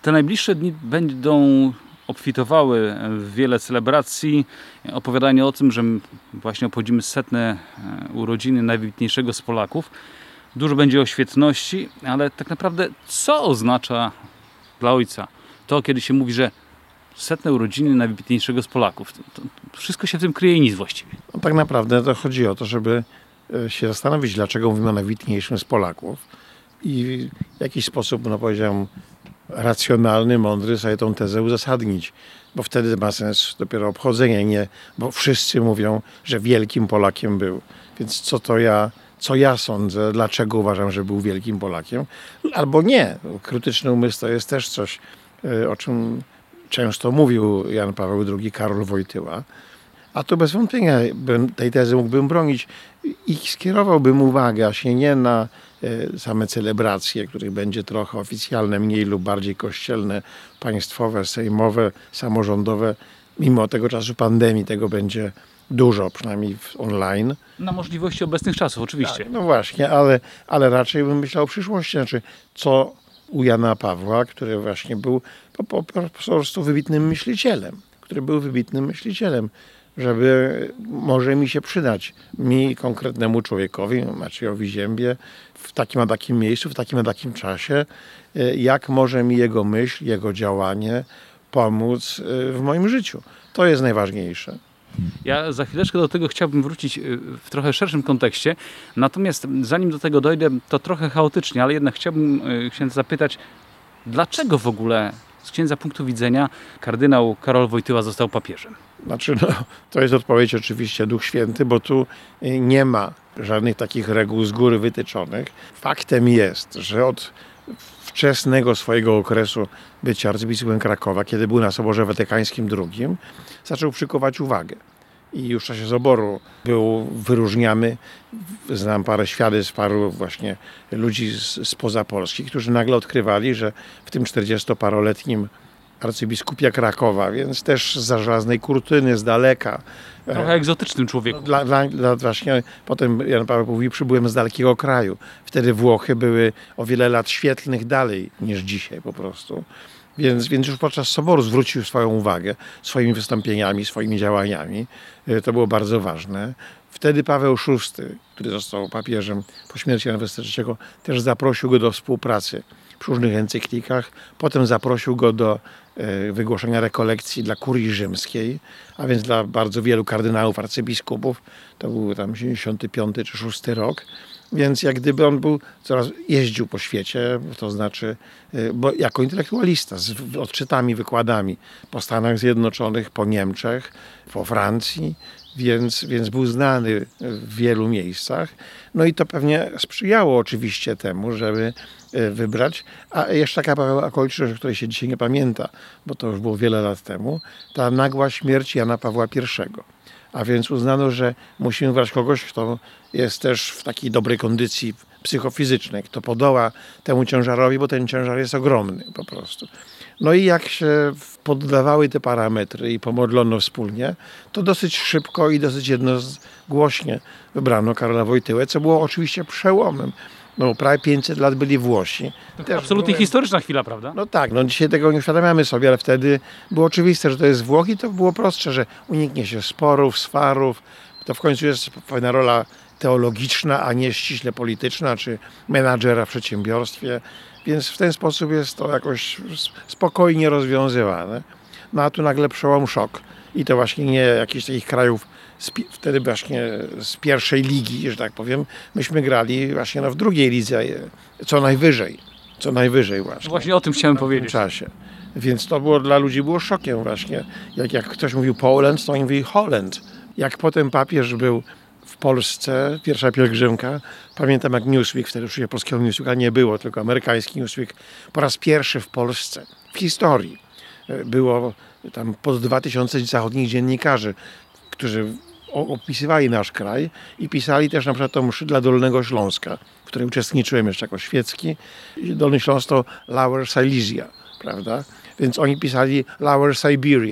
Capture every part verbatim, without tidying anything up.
Te najbliższe dni będą obfitowały w wiele celebracji, opowiadanie o tym, że właśnie obchodzimy setne urodziny najwybitniejszego z Polaków. Dużo będzie o świetności, ale tak naprawdę co oznacza dla ojca to, kiedy się mówi, że setne urodziny najwybitniejszego z Polaków? To, to wszystko się w tym kryje i nic właściwie. No, tak naprawdę to chodzi o to, żeby się zastanowić, dlaczego mówimy o najwybitniejszym z Polaków i w jakiś sposób, no powiedziałem, racjonalny, mądry sobie tą tezę uzasadnić, bo wtedy ma sens dopiero obchodzenie, nie, bo wszyscy mówią, że wielkim Polakiem był. Więc co to ja, co ja sądzę, dlaczego uważam, że był wielkim Polakiem, albo nie. Krytyczny umysł to jest też coś, o czym często mówił Jan Paweł drugi, Karol Wojtyła. A to bez wątpienia tej tezy mógłbym bronić i skierowałbym uwagę właśnie nie na same celebracje, których będzie trochę oficjalne, mniej lub bardziej kościelne, państwowe, sejmowe, samorządowe. Mimo tego czasu pandemii tego będzie dużo, przynajmniej online. Na możliwości obecnych czasów, oczywiście. Tak, no właśnie, ale, ale raczej bym myślał o przyszłości. Znaczy, co u Jana Pawła, który właśnie był po, po, po prostu wybitnym myślicielem, który był wybitnym myślicielem, żeby może mi się przydać, mi konkretnemu człowiekowi, Maciejowi Ziębie, w takim a takim miejscu, w takim a takim czasie, jak może mi jego myśl, jego działanie pomóc w moim życiu. To jest najważniejsze. Ja za chwileczkę do tego chciałbym wrócić w trochę szerszym kontekście, natomiast zanim do tego dojdę, to trochę chaotycznie, ale jednak chciałbym księdza zapytać, dlaczego w ogóle z księdza punktu widzenia kardynał Karol Wojtyła został papieżem? Znaczy, no, to jest odpowiedź oczywiście Duch Święty, bo tu nie ma żadnych takich reguł z góry wytyczonych. Faktem jest, że od wczesnego swojego okresu bycia arcybiskupem Krakowa, kiedy był na Soborze Watykańskim drugim, zaczął przykuwać uwagę. I już w czasie zaboru był wyróżniany. Znam parę świadectw, paru właśnie ludzi z, spoza Polski, którzy nagle odkrywali, że w tym czterdziestoparoletnim arcybiskupie Krakowa, więc też za żelaznej kurtyny, z daleka. Trochę egzotycznym człowieku. Dla, dla, dla właśnie, potem Jan Paweł mówi, przybyłem z dalekiego kraju. Wtedy Włochy były o wiele lat świetlnych dalej niż dzisiaj po prostu. Więc, więc już podczas Soboru zwrócił swoją uwagę swoimi wystąpieniami, swoimi działaniami. To było bardzo ważne. Wtedy Paweł szósty, który został papieżem po śmierci Jana dwudziestego trzeciego, też zaprosił go do współpracy przy różnych encyklikach. Potem zaprosił go do wygłoszenia rekolekcji dla kurii rzymskiej, a więc dla bardzo wielu kardynałów, arcybiskupów. To był tam siedemdziesiąty piąty czy szósty rok. Więc jak gdyby on był, coraz jeździł po świecie, to znaczy, bo jako intelektualista, z odczytami, wykładami po Stanach Zjednoczonych, po Niemczech, po Francji, więc, więc był znany w wielu miejscach. No i to pewnie sprzyjało oczywiście temu, żeby wybrać. A jeszcze taka okoliczność, o której się dzisiaj nie pamięta, bo to już było wiele lat temu, ta nagła śmierć Jana Pawła pierwszego. A więc uznano, że musimy wybrać kogoś, kto jest też w takiej dobrej kondycji psychofizycznej, kto podoła temu ciężarowi, bo ten ciężar jest ogromny po prostu. No i jak się poddawały te parametry i pomodlono wspólnie, to dosyć szybko i dosyć jednogłośnie wybrano Karola Wojtyłę, co było oczywiście przełomem. No, prawie pięćset lat byli Włosi. To też absolutnie byłem... historyczna chwila, prawda? No tak, no dzisiaj tego nie uświadamiamy sobie, ale wtedy było oczywiste, że to jest Włoch i to było prostsze, że uniknie się sporów, swarów. To w końcu jest pewna rola teologiczna, a nie ściśle polityczna, czy menadżera w przedsiębiorstwie. Więc w ten sposób jest to jakoś spokojnie rozwiązywane. No a tu nagle przełom, szok. I to właśnie nie jakichś takich krajów wtedy właśnie z pierwszej ligi, że tak powiem, myśmy grali właśnie no w drugiej lidze, co najwyżej, co najwyżej właśnie. Właśnie o tym chciałem powiedzieć. W tym czasie. Więc to było dla ludzi było szokiem właśnie. Jak, jak ktoś mówił Poland, to oni mówili Holland. Jak potem papież był w Polsce, pierwsza pielgrzymka, pamiętam jak Newsweek, wtedy oczywiście polskiego Newsweeka nie było, tylko amerykański Newsweek, po raz pierwszy w Polsce, w historii, było tam pod dwa tysiące zachodnich dziennikarzy, którzy opisywali nasz kraj i pisali też na przykład o mszy dla Dolnego Śląska, w której uczestniczyłem jeszcze jako świecki. Dolny Śląsk to Lower Silesia, prawda? Więc oni pisali Lower Siberia,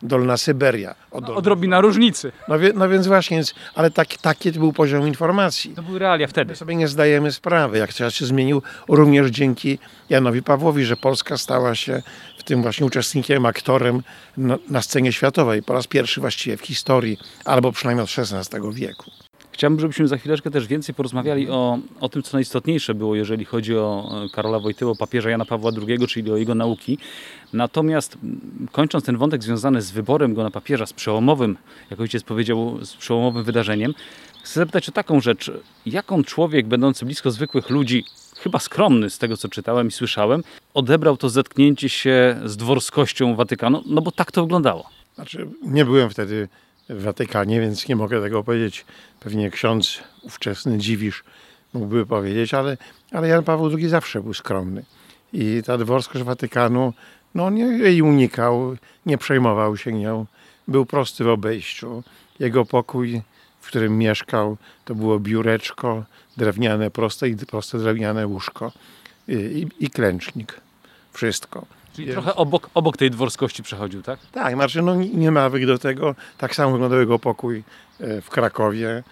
Dolna Syberia. No, odrobina różnicy. No, wie, no więc właśnie, więc, ale tak, taki to był poziom informacji. To były realia wtedy. My sobie nie zdajemy sprawy, jak świat się zmienił również dzięki Janowi Pawłowi, że Polska stała się w tym właśnie uczestnikiem, aktorem na, na scenie światowej. Po raz pierwszy właściwie w historii, albo przynajmniej od szesnastego wieku. Chciałbym, żebyśmy za chwileczkę też więcej porozmawiali o, o tym, co najistotniejsze było, jeżeli chodzi o Karola Wojtyłę, papieża Jana Pawła drugiego, czyli o jego nauki. Natomiast kończąc ten wątek związany z wyborem go na papieża, z przełomowym, jak ojciec powiedział, z przełomowym wydarzeniem, chcę zapytać o taką rzecz. Jak on, człowiek będący blisko zwykłych ludzi, chyba skromny z tego, co czytałem i słyszałem, odebrał to zetknięcie się z dworskością Watykanu? No bo tak to wyglądało. Znaczy, nie byłem wtedy w Watykanie, więc nie mogę tego powiedzieć. Pewnie ksiądz ówczesny Dziwisz mógłby powiedzieć, ale, ale Jan Paweł drugi zawsze był skromny. I ta dworskość Watykanu, no nie jej unikał, nie przejmował się nią. Był prosty w obejściu. Jego pokój, w którym mieszkał, to było biureczko, drewniane, proste i proste drewniane łóżko i, i, i klęcznik. Wszystko. Czyli Więc... trochę obok, obok tej dworskości przechodził, tak? Tak, znaczy no, nie ma nawyk do tego. Tak samo wyglądał jego pokój w Krakowie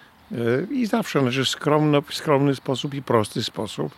i zawsze znaczy, skromno, w skromny sposób i prosty sposób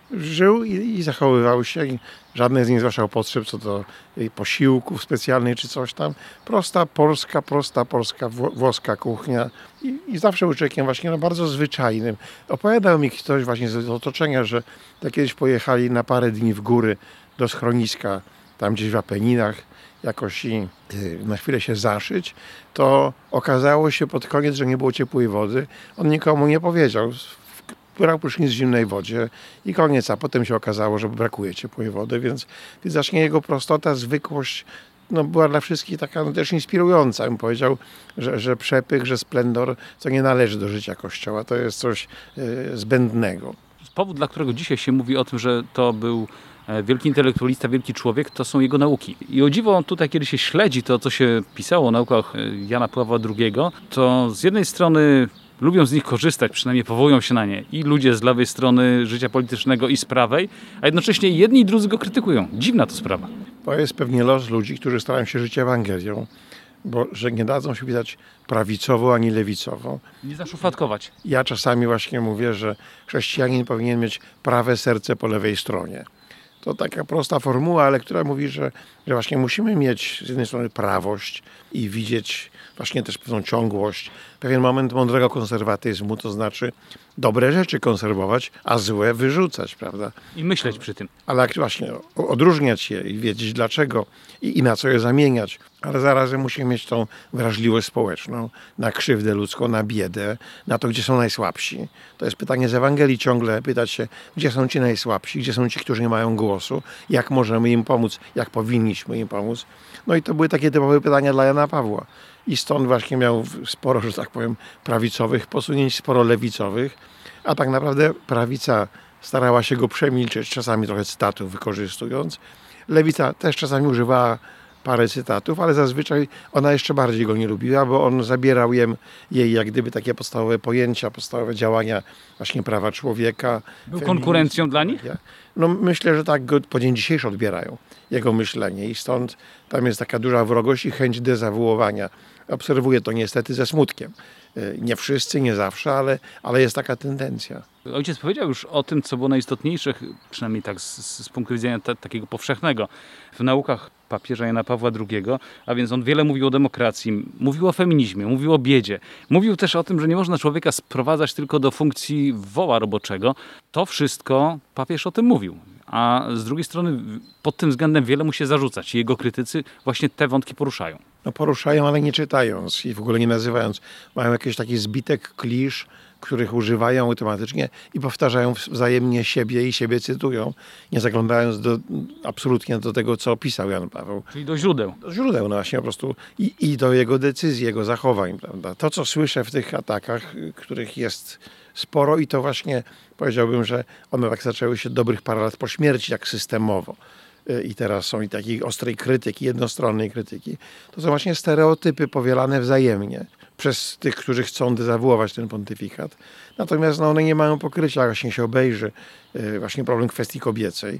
żył i, i zachowywał się. I żadne z nich nie zgłaszał potrzeb co do posiłków specjalnych czy coś tam. Prosta polska, prosta polska włoska kuchnia i, i zawsze był człowiekiem właśnie no, bardzo zwyczajnym. Opowiadał mi ktoś właśnie z otoczenia, że tak kiedyś pojechali na parę dni w góry do schroniska, tam gdzieś w Apeninach, jakoś i na chwilę się zaszyć, to okazało się pod koniec, że nie było ciepłej wody. On nikomu nie powiedział. Brał prysznic w zimnej wodzie i koniec, a potem się okazało, że brakuje ciepłej wody, więc, więc właśnie jego prostota, zwykłość no, była dla wszystkich taka no, też inspirująca. Bym powiedział, że, że przepych, że splendor, co nie należy do życia Kościoła, to jest coś y, zbędnego. Powód, dla którego dzisiaj się mówi o tym, że to był wielki intelektualista, wielki człowiek, to są jego nauki. I o dziwo tutaj, kiedy się śledzi to, co się pisało o naukach Jana Pawła drugiego, to z jednej strony lubią z nich korzystać, przynajmniej powołują się na nie i ludzie z lewej strony życia politycznego i z prawej, a jednocześnie jedni i drudzy go krytykują. Dziwna to sprawa. To jest pewnie los ludzi, którzy starają się żyć Ewangelią, bo że nie dadzą się pisać prawicowo ani lewicowo. Nie zaszufladkować. Ja czasami właśnie mówię, że chrześcijanin powinien mieć prawe serce po lewej stronie. To taka prosta formuła, ale która mówi, że, że właśnie musimy mieć z jednej strony prawość i widzieć właśnie też pewną ciągłość, pewien moment mądrego konserwatyzmu, to znaczy dobre rzeczy konserwować, a złe wyrzucać, prawda? I myśleć przy tym. Ale jak właśnie odróżniać je i wiedzieć dlaczego i, i na co je zamieniać, ale zarazem musimy mieć tą wrażliwość społeczną na krzywdę ludzką, na biedę, na to, gdzie są najsłabsi. To jest pytanie z Ewangelii ciągle, pytać się, gdzie są ci najsłabsi, gdzie są ci, którzy nie mają głosu, jak możemy im pomóc, jak powinniśmy im pomóc. No i to były takie typowe pytania dla Jana Pawła. I stąd właśnie miał sporo, że tak powiem, prawicowych posunięć, sporo lewicowych, a tak naprawdę prawica starała się go przemilczeć, czasami trochę cytatów wykorzystując. Lewica też czasami używała parę cytatów, ale zazwyczaj ona jeszcze bardziej go nie lubiła, bo on zabierał jem, jej jak gdyby takie podstawowe pojęcia, podstawowe działania właśnie prawa człowieka. Był konkurencją dla nich? No myślę, że tak go po dzień dzisiejszy odbierają, jego myślenie i stąd tam jest taka duża wrogość i chęć dezawuowania. Obserwuję to niestety ze smutkiem. Nie wszyscy, nie zawsze, ale, ale jest taka tendencja. Ojciec powiedział już o tym, co było najistotniejsze, przynajmniej tak z, z punktu widzenia ta, takiego powszechnego, w naukach papieża Jana Pawła drugiego, a więc on wiele mówił o demokracji, mówił o feminizmie, mówił o biedzie. Mówił też o tym, że nie można człowieka sprowadzać tylko do funkcji woła roboczego. To wszystko papież o tym mówił. A z drugiej strony pod tym względem wiele mu się zarzucać. I jego krytycy właśnie te wątki poruszają. No poruszają, ale nie czytając i w ogóle nie nazywając. Mają jakiś taki zbitek klisz, których używają automatycznie i powtarzają wzajemnie siebie i siebie cytują, nie zaglądając do, absolutnie do tego, co pisał Jan Paweł. Czyli do źródeł. Do źródeł, no właśnie po prostu i, i do jego decyzji, jego zachowań, prawda. To, co słyszę w tych atakach, których jest sporo i to właśnie powiedziałbym, że one tak zaczęły się dobrych parę lat po śmierci, jak systemowo. I teraz są i takiej ostrej krytyki, jednostronnej krytyki. To są właśnie stereotypy powielane wzajemnie przez tych, którzy chcą dezawuować ten pontyfikat. Natomiast no, one nie mają pokrycia, jak właśnie się obejrzy właśnie problem kwestii kobiecej,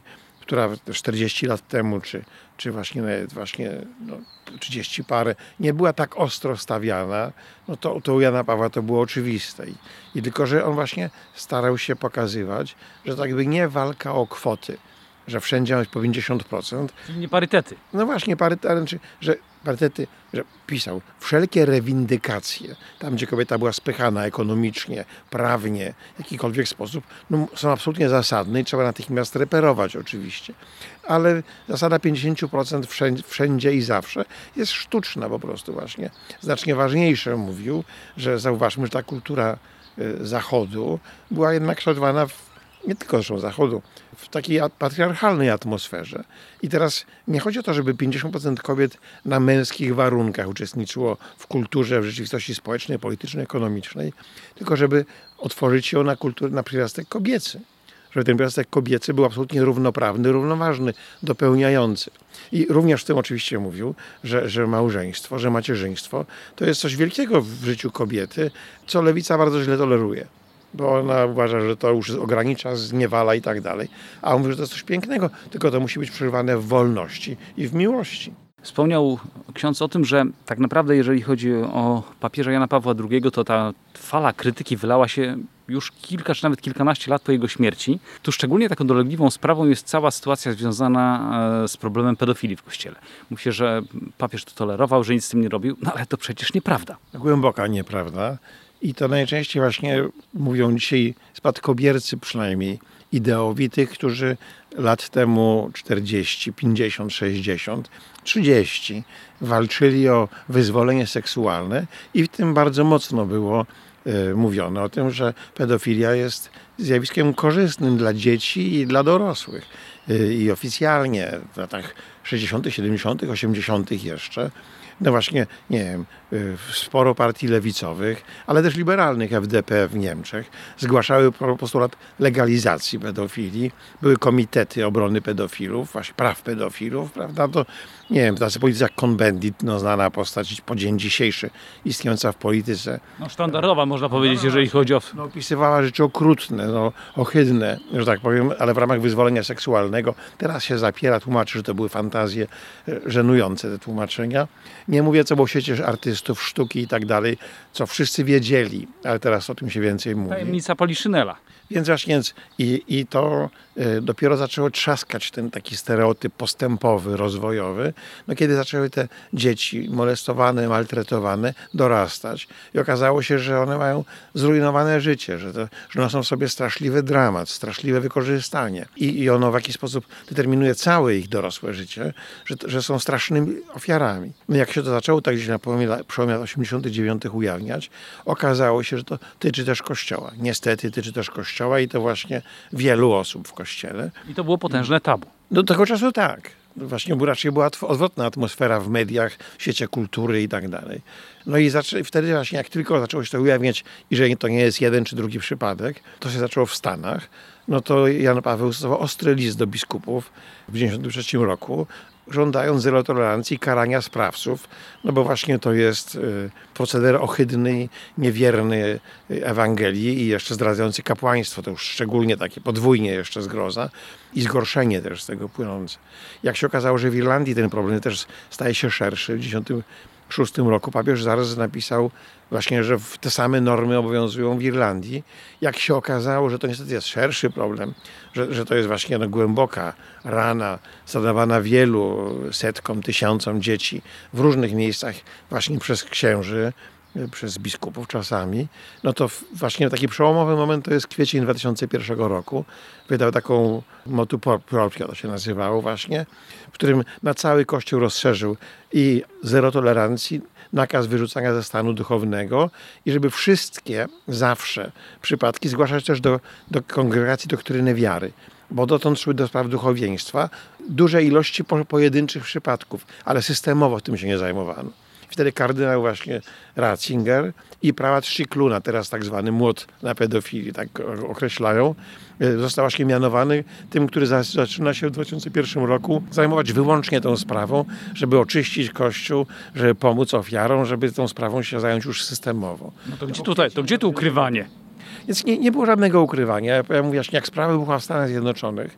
która czterdzieści lat temu, czy, czy właśnie, nawet właśnie no, trzydzieści parę, nie była tak ostro stawiana, no to, to u Jana Pawła to było oczywiste. I, I tylko, że on właśnie starał się pokazywać, że tak jakby nie walka o kwoty, że wszędzie ma być po pięćdziesiąt procent. Czyli nie parytety. No właśnie, parytety, że parytety, że pisał, wszelkie rewindykacje, tam gdzie kobieta była spychana ekonomicznie, prawnie, w jakikolwiek sposób, no, są absolutnie zasadne i trzeba natychmiast reperować oczywiście. Ale zasada pięćdziesiąt procent wszędzie, wszędzie i zawsze jest sztuczna po prostu właśnie. Znacznie ważniejsze mówił, że zauważmy, że ta kultura y, Zachodu była jednak kształtowana w nie tylko zresztą Zachodu, w takiej patriarchalnej atmosferze. I teraz nie chodzi o to, żeby pięćdziesiąt procent kobiet na męskich warunkach uczestniczyło w kulturze, w rzeczywistości społecznej, politycznej, ekonomicznej, tylko żeby otworzyć ją na kulturę, na pierwiastek kobiecy. Żeby ten pierwiastek kobiecy był absolutnie równoprawny, równoważny, dopełniający. I również w tym oczywiście mówił, że, że małżeństwo, że macierzyństwo to jest coś wielkiego w życiu kobiety, co lewica bardzo źle toleruje. Bo ona uważa, że to już ogranicza, zniewala i tak dalej. A on mówi, że to jest coś pięknego, tylko to musi być przeżywane w wolności i w miłości. Wspomniał ksiądz o tym, że tak naprawdę jeżeli chodzi o papieża Jana Pawła drugiego, to ta fala krytyki wylała się już kilka czy nawet kilkanaście lat po jego śmierci. Tu szczególnie taką dolegliwą sprawą jest cała sytuacja związana z problemem pedofilii w Kościele. Mówi się, że papież to tolerował, że nic z tym nie robił, no ale to przecież nieprawda. Głęboka nieprawda. I to najczęściej właśnie mówią dzisiaj spadkobiercy przynajmniej ideowi tych, którzy lat temu czterdzieści, pięćdziesiąt, sześćdziesiąt, trzydzieści walczyli o wyzwolenie seksualne i w tym bardzo mocno było y, mówione o tym, że pedofilia jest zjawiskiem korzystnym dla dzieci i dla dorosłych. Y, I oficjalnie w latach sześćdziesiątych, siedemdziesiątych, osiemdziesiątych jeszcze no właśnie, nie wiem, sporo partii lewicowych, ale też liberalnych, F D P w Niemczech, zgłaszały postulat legalizacji pedofilii. Były komitety obrony pedofilów, właśnie praw pedofilów, prawda? To, nie wiem, tacy politycy jak Cohn-Bendit, no znana postać po dzień dzisiejszy, istniejąca w polityce. No sztandarowa można powiedzieć, jeżeli chodzi o... No, opisywała rzeczy okrutne, no, ohydne, że tak powiem, ale w ramach wyzwolenia seksualnego. Teraz się zapiera, tłumaczy, że to były fantazje żenujące te tłumaczenia. Nie mówię, co było w świecie artystów, sztuki i tak dalej, co wszyscy wiedzieli, ale teraz o tym się więcej mówi. Tajemnica Poliszynela. Więc właśnie i, i to y, dopiero zaczęło trzaskać ten taki stereotyp postępowy, rozwojowy, no kiedy zaczęły te dzieci molestowane, maltretowane dorastać i okazało się, że one mają zrujnowane życie, że, to, że one są w sobie straszliwy dramat, straszliwe wykorzystanie i, i ono w jakiś sposób determinuje całe ich dorosłe życie, że, że są strasznymi ofiarami. No jak się to zaczęło tak gdzieś na przełomie lat osiemdziesiątych dziewiątych ujawniać, okazało się, że to tyczy też Kościoła. Niestety tyczy też Kościoła i to właśnie wielu osób w Kościele. I to było potężne tabu. Do tego czasu tak. Właśnie raczej była odwrotna atmosfera w mediach, w świecie kultury i tak dalej. No i zaczę- wtedy właśnie jak tylko zaczęło się to ujawniać i że to nie jest jeden czy drugi przypadek, to się zaczęło w Stanach, no to Jan Paweł stosował ostry list do biskupów w tysiąc dziewięćset dziewięćdziesiątym trzecim roku, żądając zero tolerancji i karania sprawców, no bo właśnie to jest y, proceder ohydny, niewierny Ewangelii i jeszcze zdradzający kapłaństwo, to już szczególnie takie podwójnie jeszcze zgroza i zgorszenie też z tego płynące. Jak się okazało, że w Irlandii ten problem też staje się szerszy, w tysiąc dziewięćset dziewięćdziesiątym szóstym roku papież zaraz napisał właśnie, że te same normy obowiązują w Irlandii. Jak się okazało, że to niestety jest szerszy problem, że, że to jest właśnie no, głęboka rana zadawana wielu setkom, tysiącom dzieci w różnych miejscach właśnie przez księży, przez biskupów czasami, no to właśnie taki przełomowy moment to jest kwiecień dwa tysiące pierwszego roku. Wydał taką motu proprio, to się nazywało właśnie, w którym na cały Kościół rozszerzył i zero tolerancji, nakaz wyrzucania ze stanu duchownego i żeby wszystkie zawsze przypadki zgłaszać też do, do kongregacji doktryny wiary, bo dotąd szły do spraw duchowieństwa duże ilości po, pojedynczych przypadków, ale systemowo tym się nie zajmowano. Wtedy kardynał właśnie Ratzinger i prałat Szikluna, teraz tak zwany młot na pedofilii, tak określają, został właśnie mianowany tym, który zaczyna się w dwa tysiące pierwszym roku zajmować wyłącznie tą sprawą, żeby oczyścić Kościół, żeby pomóc ofiarom, żeby tą sprawą się zająć już systemowo. No to gdzie tutaj, to gdzie tu ukrywanie? Więc nie, nie było żadnego ukrywania. Ja mówię właśnie, jak sprawa była w Stanach Zjednoczonych,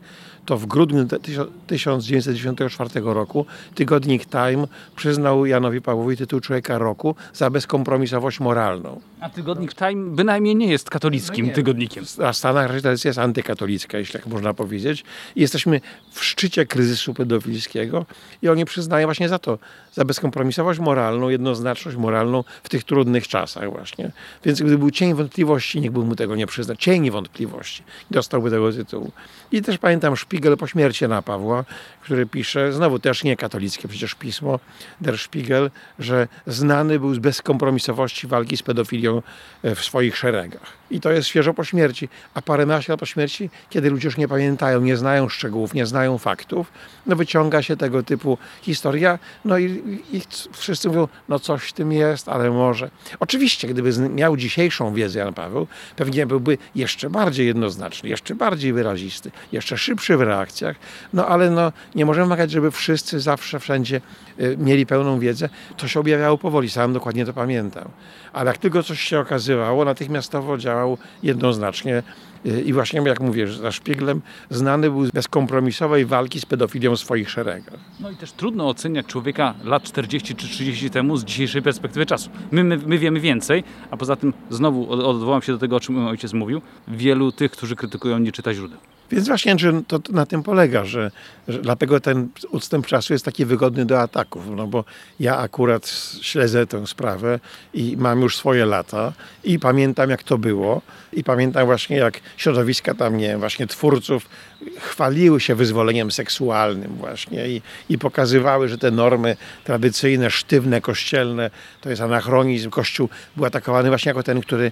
to w grudniu tysiąc dziewięćset dziewięćdziesiątego czwartego roku tygodnik Time przyznał Janowi Pawłowi tytuł Człowieka Roku za bezkompromisowość moralną. A tygodnik Time bynajmniej nie jest katolickim No nie. tygodnikiem. A w Stanach raczej tradycja jest antykatolicka, jeśli tak można powiedzieć. I jesteśmy w szczycie kryzysu pedofilskiego i oni przyznają właśnie za to, za bezkompromisowość moralną, jednoznaczność moralną w tych trudnych czasach właśnie. Więc gdyby był cień wątpliwości, nikt by mu tego nie przyznał. Cień wątpliwości. Dostałby tego tytułu. I też pamiętam Szpigel po śmierci Jana Pawła, który pisze, znowu też nie katolickie przecież pismo, Der Spiegel, że znany był z bezkompromisowości walki z pedofilią w swoich szeregach. I to jest świeżo po śmierci. A paręnaście lat po śmierci, kiedy ludzie już nie pamiętają, nie znają szczegółów, nie znają faktów, no wyciąga się tego typu historia, no i, i wszyscy mówią, no coś w tym jest, ale może. Oczywiście, gdyby miał dzisiejszą wiedzę Jan Paweł, pewnie byłby jeszcze bardziej jednoznaczny, jeszcze bardziej wyrazisty, jeszcze szybszy w reakcjach, no ale no, nie możemy wymagać, żeby wszyscy zawsze, wszędzie y, mieli pełną wiedzę. To się objawiało powoli, sam dokładnie to pamiętam. Ale jak tylko coś się okazywało, natychmiastowo działał jednoznacznie y, i właśnie, jak mówię, za Szpieglem znany był z bezkompromisowej walki z pedofilią w swoich szeregach. No i też trudno oceniać człowieka lat czterdzieści czy trzydzieści temu z dzisiejszej perspektywy czasu. My, my, my wiemy więcej, a poza tym znowu od- odwołam się do tego, o czym mój ojciec mówił. Wielu tych, którzy krytykują, nie czyta źródeł. Więc właśnie że to na tym polega, że, że dlatego ten odstęp czasu jest taki wygodny do ataków, no bo ja akurat śledzę tę sprawę i mam już swoje lata i pamiętam jak to było i pamiętam właśnie jak środowiska tam, nie wiem, właśnie twórców chwaliły się wyzwoleniem seksualnym właśnie i, i pokazywały, że te normy tradycyjne, sztywne, kościelne, to jest anachronizm. Kościół był atakowany właśnie jako ten, który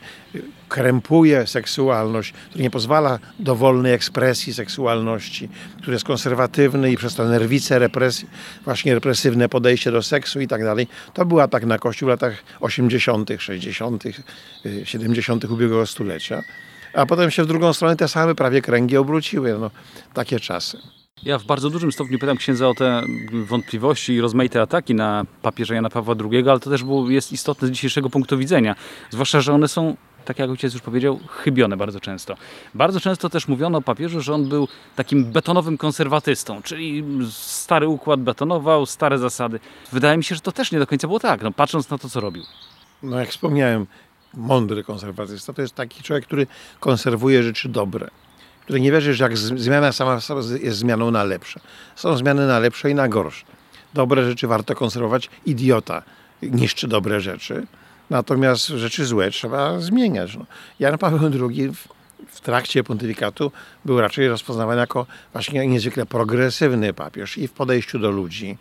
krępuje seksualność, który nie pozwala dowolnej ekspresji seksualności, który jest konserwatywny i przez to nerwice, represji, właśnie represywne podejście do seksu i tak dalej. To był atak na Kościół w latach osiemdziesiątych, sześćdziesiątych, siedemdziesiątych ubiegłego stulecia. A potem się w drugą stronę te same prawie kręgi obróciły. No, takie czasy. Ja w bardzo dużym stopniu pytam księdza o te wątpliwości i rozmaite ataki na papieża Jana Pawła drugiego, ale to też było, jest istotne z dzisiejszego punktu widzenia. Zwłaszcza, że one są, tak jak ojciec już powiedział, chybione bardzo często. Bardzo często też mówiono o papieżu, że on był takim betonowym konserwatystą, czyli stary układ betonował, stare zasady. Wydaje mi się, że to też nie do końca było tak, no, patrząc na to, co robił. No jak wspomniałem, mądry konserwatysta to jest taki człowiek, który konserwuje rzeczy dobre. Który nie wierzy, że jak zmiana sama w sobie jest zmianą na lepsze. Są zmiany na lepsze i na gorsze. Dobre rzeczy warto konserwować. Idiota niszczy dobre rzeczy. Natomiast rzeczy złe trzeba zmieniać. No. Jan Paweł drugi w, w trakcie pontyfikatu był raczej rozpoznawany jako właśnie niezwykle progresywny papież i w podejściu do ludzi,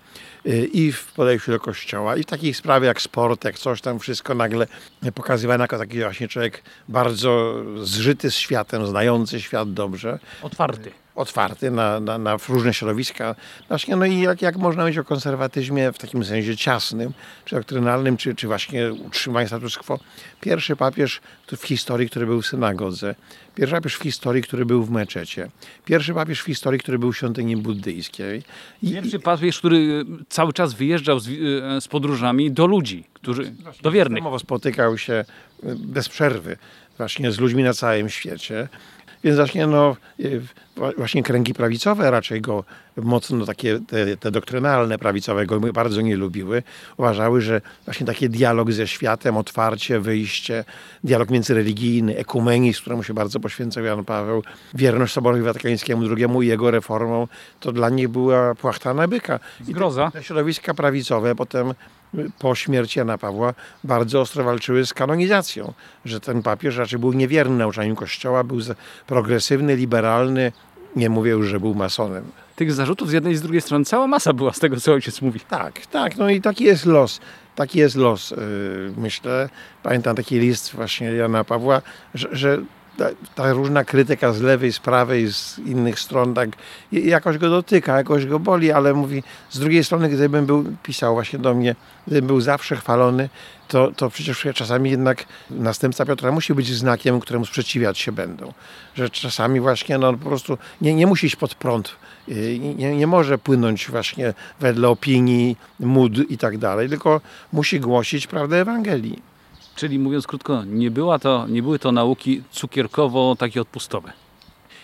i w podejściu do Kościoła, i w takich sprawach jak sport, jak coś tam, wszystko nagle pokazywano jako taki właśnie człowiek bardzo zżyty z światem, znający świat dobrze. Otwarty. Otwarty na, na, na różne środowiska. Właśnie, no i jak, jak można mówić o konserwatyzmie w takim sensie ciasnym, czy doktrynalnym, czy, czy właśnie utrzymaniu status quo. Pierwszy papież w historii, który był w synagodze. Pierwszy papież w historii, który był w meczecie. Pierwszy papież w historii, który był w świątyni buddyjskiej. I, Pierwszy papież, który cały czas wyjeżdżał z, z podróżami do ludzi, którzy, do wiernych. Domowo spotykał się bez przerwy właśnie z ludźmi na całym świecie. Więc właśnie, no, właśnie kręgi prawicowe raczej go mocno, takie te, te doktrynalne prawicowe go bardzo nie lubiły. Uważały, że właśnie taki dialog ze światem, otwarcie, wyjście, dialog międzyreligijny, ekumenizm, któremu się bardzo poświęcał Jan Paweł, wierność Soborowi Watykańskiemu drugiemu i jego reformom, to dla nich była płachta na byka. I Groza. te, te środowiska prawicowe potem po śmierci Jana Pawła bardzo ostro walczyły z kanonizacją, że ten papież raczej był niewierny nauczaniu Kościoła, był progresywny, liberalny, nie mówię już, że był masonem. Tych zarzutów z jednej i z drugiej strony cała masa była z tego, co ojciec mówi. Tak, tak, no i taki jest los. Taki jest los, yy, myślę. Pamiętam taki list właśnie Jana Pawła, że, że ta, ta różna krytyka z lewej, z prawej, z innych stron tak jakoś go dotyka, jakoś go boli, ale mówi, z drugiej strony, gdybym był, pisał właśnie do mnie, gdybym był zawsze chwalony, to, to przecież czasami jednak następca Piotra musi być znakiem, któremu sprzeciwiać się będą. Że czasami właśnie no, po prostu nie, nie musi iść pod prąd, nie, nie może płynąć właśnie wedle opinii, mód i tak dalej, tylko musi głosić prawdę Ewangelii. Czyli mówiąc krótko, nie, była to, nie były to nauki cukierkowo takie odpustowe.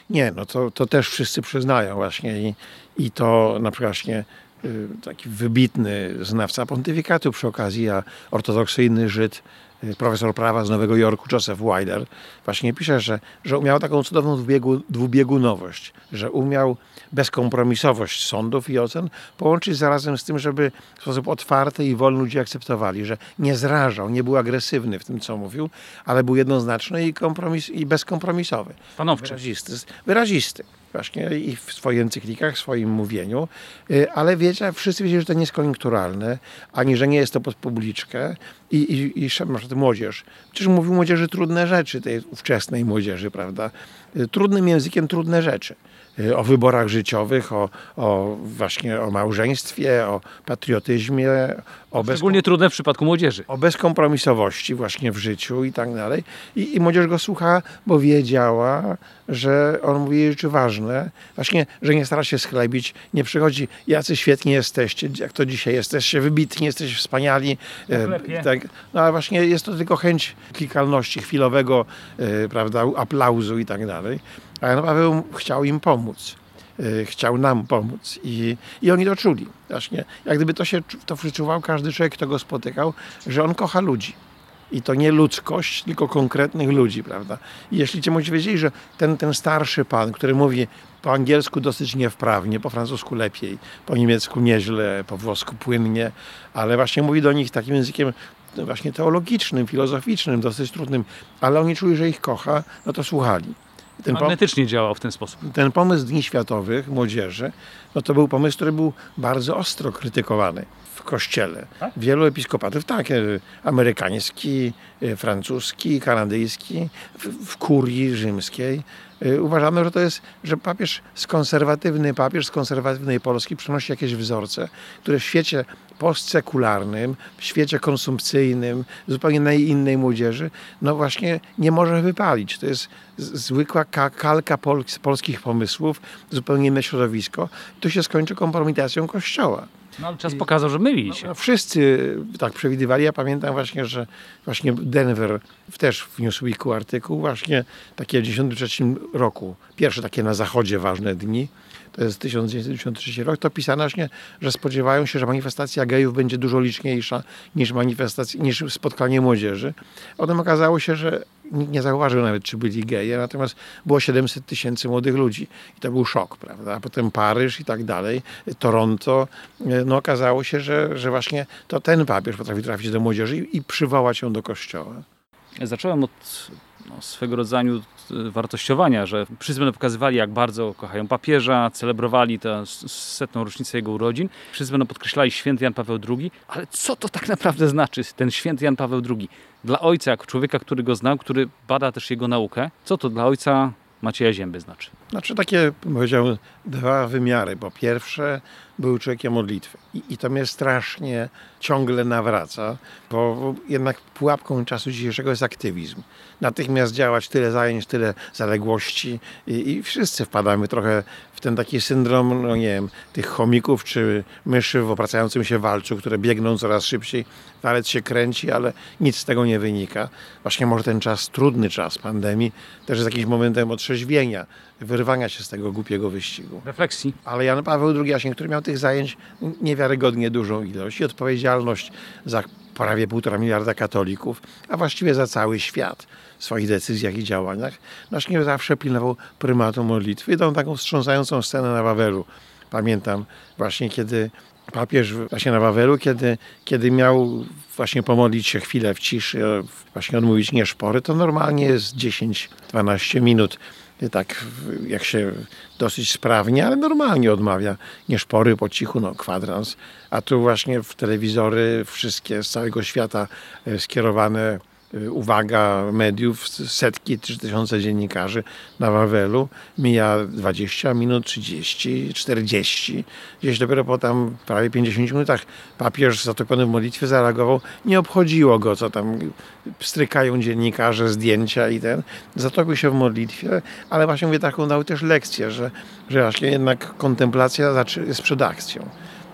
Nie, no to, to też wszyscy przyznają właśnie i, i to na przykład właśnie y, taki wybitny znawca pontyfikatu przy okazji, a ortodoksyjny Żyd, y, profesor prawa z Nowego Jorku, Joseph Weiler, właśnie pisze, że, że umiał taką cudowną dwubiegu, dwubiegunowość, że umiał bezkompromisowość sądów i ocen połączyć zarazem z tym, żeby w sposób otwarty i wolny ludzie akceptowali, że nie zrażał, nie był agresywny w tym, co mówił, ale był jednoznaczny i, kompromis, i bezkompromisowy. Stanowczy. Wyrazisty. Wyrazisty. Właśnie i w swoich encyklikach, w swoim mówieniu, Y, ale wiecie, wszyscy wiecie, że to nie jest koniunkturalne, ani że nie jest to pod publiczkę i, i, i na przykład młodzież. Przecież mówił młodzieży trudne rzeczy, tej ówczesnej młodzieży, prawda? Y, Trudnym językiem trudne rzeczy. Y, O wyborach życiowych, o, o właśnie o małżeństwie, o patriotyzmie, o bez... Szczególnie trudne w przypadku młodzieży. o bezkompromisowości właśnie w życiu i tak dalej. I, I młodzież go słucha, bo wiedziała, że on mówi rzeczy ważne. Właśnie, że nie stara się schlebić, nie przychodzi, jacy świetni jesteście, jak to dzisiaj jesteście, wybitni, jesteście wspaniali. Poklepie. E, tak. No ale właśnie jest to tylko chęć klikalności, chwilowego, e, prawda, aplauzu i tak dalej. A Jan Paweł chciał im pomóc. E, Chciał nam pomóc i, i oni to czuli. Właśnie, jak gdyby to się to wyczuwał każdy człowiek, kto go spotykał, że on kocha ludzi. I to nie ludzkość, tylko konkretnych ludzi, prawda? I jeśli cię możecie wiedzieli, że ten, ten starszy pan, który mówi po angielsku dosyć niewprawnie, po francusku lepiej, po niemiecku nieźle, po włosku płynnie, ale właśnie mówi do nich takim językiem no właśnie teologicznym, filozoficznym, dosyć trudnym, ale oni czuli, że ich kocha, no to słuchali. I ten, pom- Magnetycznie działał w ten sposób. ten pomysł Dni Światowych młodzieży, no to był pomysł, który był bardzo ostro krytykowany w Kościele. Tak? Wielu episkopatów, tak, e, amerykański, e, francuski, kanadyjski, w, w kurii rzymskiej. e, Uważano, że to jest, że papież z konserwatywny papież z konserwatywnej Polski przynosi jakieś wzorce, które w świecie postsekularnym, w świecie konsumpcyjnym, zupełnie na innej młodzieży, no właśnie nie może wypalić. To jest z- zwykła ka- kalka pol- polskich pomysłów, zupełnie inne środowisko. To się skończy kompromitacją Kościoła. No ale czas pokazał, że mylili się. No, wszyscy tak przewidywali. Ja pamiętam właśnie, że właśnie Denver też w Newsweeku artykuł właśnie takie w dziewięćdziesiątym trzecim roku, pierwsze takie na zachodzie ważne dni, to jest tysiąc dziewięćset dziewięćdziesiąty trzeci rok, to pisano właśnie, że spodziewają się, że manifestacja gejów będzie dużo liczniejsza niż manifestacja, niż spotkanie młodzieży. Potem okazało się, że nikt nie zauważył nawet, czy byli geje, natomiast było siedemset tysięcy młodych ludzi i to był szok, prawda? A potem Paryż i tak dalej, Toronto. No okazało się, że, że właśnie to ten papież potrafi trafić do młodzieży i, i przywołać ją do kościoła. Zacząłem od no, swego rodzaju e, wartościowania, że wszyscy będą pokazywali, jak bardzo kochają papieża, celebrowali tę s- setną rocznicę jego urodzin. Wszyscy będą podkreślali święty Jan Paweł drugi, ale co to tak naprawdę znaczy, ten święty Jan Paweł drugi? Dla ojca, jako człowieka, który go znał, który bada też jego naukę, co to dla ojca Macieja Zięby znaczy? Znaczy takie, powiedziałbym, dwa wymiary. Po pierwsze, był człowiekiem modlitwy. I, I to mnie strasznie ciągle nawraca, bo, bo jednak pułapką czasu dzisiejszego jest aktywizm. Natychmiast działać, tyle zajęć, tyle zaległości i, i wszyscy wpadamy trochę w ten taki syndrom, no nie wiem, tych chomików czy myszy w opracającym się walczu, które biegną coraz szybciej, walec się kręci, ale nic z tego nie wynika. Właśnie może ten czas, trudny czas pandemii też jest jakimś momentem otrzeźwienia, wyrwania się z tego głupiego wyścigu. Refleksji. Ale Jan Paweł drugi, właśnie, który miał tych zajęć niewiarygodnie dużą ilość i odpowiedzialność za prawie półtora miliarda katolików, a właściwie za cały świat w swoich decyzjach i działaniach, właśnie zawsze pilnował prymatu modlitwy. I tą taką wstrząsającą scenę na Wawelu. Pamiętam właśnie, kiedy papież właśnie na Wawelu, kiedy, kiedy miał właśnie pomodlić się chwilę w ciszy, właśnie odmówić nieszpory, to normalnie jest dziesięć dwanaście minut. Tak jak się dosyć sprawnie, ale normalnie odmawia nieszpory po cichu, no kwadrans. A tu właśnie w telewizory wszystkie z całego świata e, skierowane, e, uwaga mediów, setki czy tysiące dziennikarzy na Wawelu. Mija dwadzieścia minut, trzydzieści, czterdzieści. Gdzieś dopiero po tam prawie pięćdziesięciu minutach papież zatopiony w modlitwie zareagował. Nie obchodziło go, co tam pstrykają dziennikarze, zdjęcia i ten. Zatopił się w modlitwie, ale właśnie mówię, taką dał też lekcję, że, że właśnie jednak kontemplacja zaczy- jest przed akcją.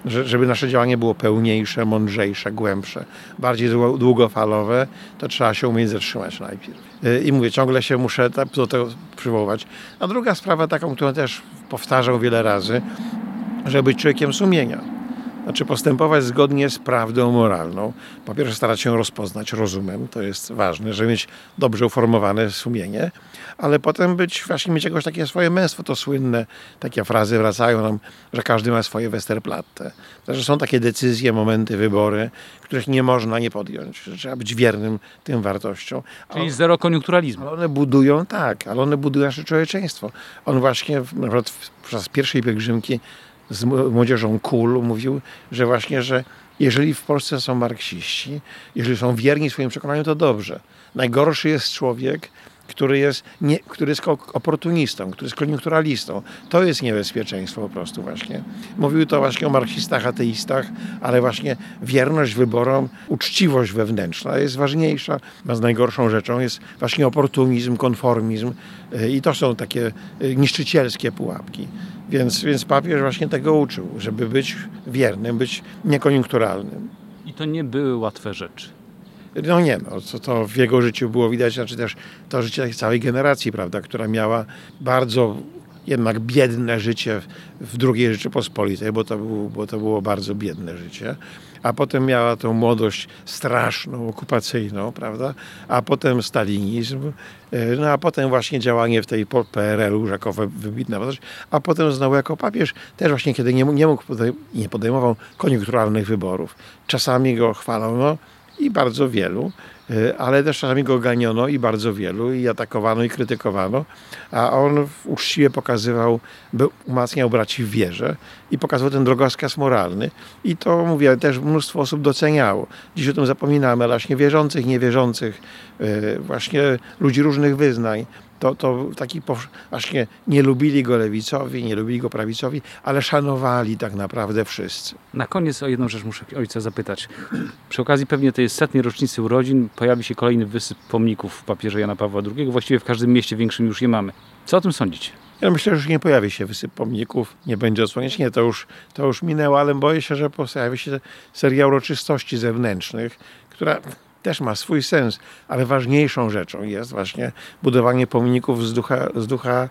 że, żeby nasze działanie było pełniejsze, mądrzejsze, głębsze, bardziej dłu- długofalowe, to trzeba się umieć zatrzymać najpierw. I mówię, ciągle się muszę do tego przywoływać. A druga sprawa taką, którą też powtarzał wiele razy, żeby być człowiekiem sumienia. Znaczy postępować zgodnie z prawdą moralną. Po pierwsze starać się rozpoznać rozumem, to jest ważne, żeby mieć dobrze uformowane sumienie, ale potem być, właśnie mieć jakoś takie swoje męstwo, to słynne takie frazy wracają nam, że każdy ma swoje Westerplatte. Że są takie decyzje, momenty, wybory, których nie można nie podjąć, że trzeba być wiernym tym wartościom. Czyli zero koniunkturalizmu. Ale one budują, tak, ale one budują nasze człowieczeństwo. On właśnie na przykład podczas pierwszej pielgrzymki z młodzieżą Kul mówił, że właśnie, że jeżeli w Polsce są marksiści, jeżeli są wierni swoim przekonaniom, to dobrze. Najgorszy jest człowiek, który jest, nie, który jest oportunistą, który jest koniunkturalistą. To jest niebezpieczeństwo po prostu właśnie. Mówił to właśnie o marksistach, ateistach, ale właśnie wierność wyborom, uczciwość wewnętrzna jest ważniejsza. A z najgorszą rzeczą jest właśnie oportunizm, konformizm i to są takie niszczycielskie pułapki. Więc, więc papież właśnie tego uczył, żeby być wiernym, być niekoniunkturalnym. I to nie były łatwe rzeczy. No nie, no, to, to w jego życiu było widać, znaczy też to życie całej generacji, prawda, która miała bardzo jednak biedne życie w drugiej Rzeczypospolitej, bo to, było, bo to było bardzo biedne życie, a potem miała tą młodość straszną, okupacyjną, prawda, a potem stalinizm, no a potem właśnie działanie w tej P R L-u, jako wybitna postać, a potem znowu jako papież, też właśnie kiedy nie, nie mógł, nie podejmował koniunkturalnych wyborów. Czasami go chwalono, i bardzo wielu, ale też czasami go ganiono i bardzo wielu, i atakowano, i krytykowano, a on uczciwie pokazywał, by umacniał braci w wierze i pokazywał ten drogowskaz moralny. I to, mówię, też mnóstwo osób doceniało. Dziś o tym zapominamy, ale właśnie wierzących, niewierzących, właśnie ludzi różnych wyznań, to, to taki właśnie nie lubili go lewicowi, nie lubili go prawicowi, ale szanowali tak naprawdę wszyscy. Na koniec o jedną rzecz muszę ojca zapytać. Przy okazji pewnie tej setnej rocznicy urodzin pojawi się kolejny wysyp pomników papieża Jana Pawła drugiego. Właściwie w każdym mieście większym już je mamy. Co o tym sądzicie? Ja myślę, że już nie pojawi się wysyp pomników, nie będzie odsłaniać. Nie, to już, to już minęło, ale boję się, że pojawi się seria uroczystości zewnętrznych, która też ma swój sens, ale ważniejszą rzeczą jest właśnie budowanie pomników z ducha, z ducha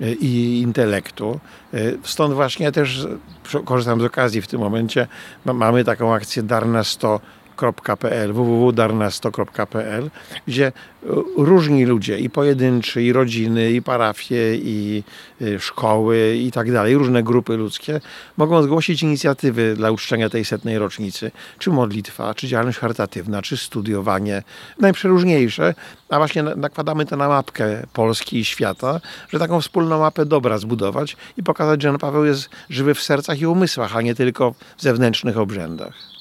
i intelektu. Stąd właśnie też korzystam z okazji w tym momencie. Mamy taką akcję dar na sto kropka p l, w w w kropka dar na sto kropka p l, gdzie różni ludzie, i pojedynczy, i rodziny, i parafie, i szkoły, i tak dalej, różne grupy ludzkie mogą zgłosić inicjatywy dla uczczenia tej setnej rocznicy. Czy modlitwa, czy działalność charytatywna, czy studiowanie, najprzeróżniejsze. A właśnie nakładamy to na mapkę Polski i świata, że taką wspólną mapę dobra zbudować i pokazać, że Jan Paweł jest żywy w sercach i umysłach, a nie tylko w zewnętrznych obrzędach.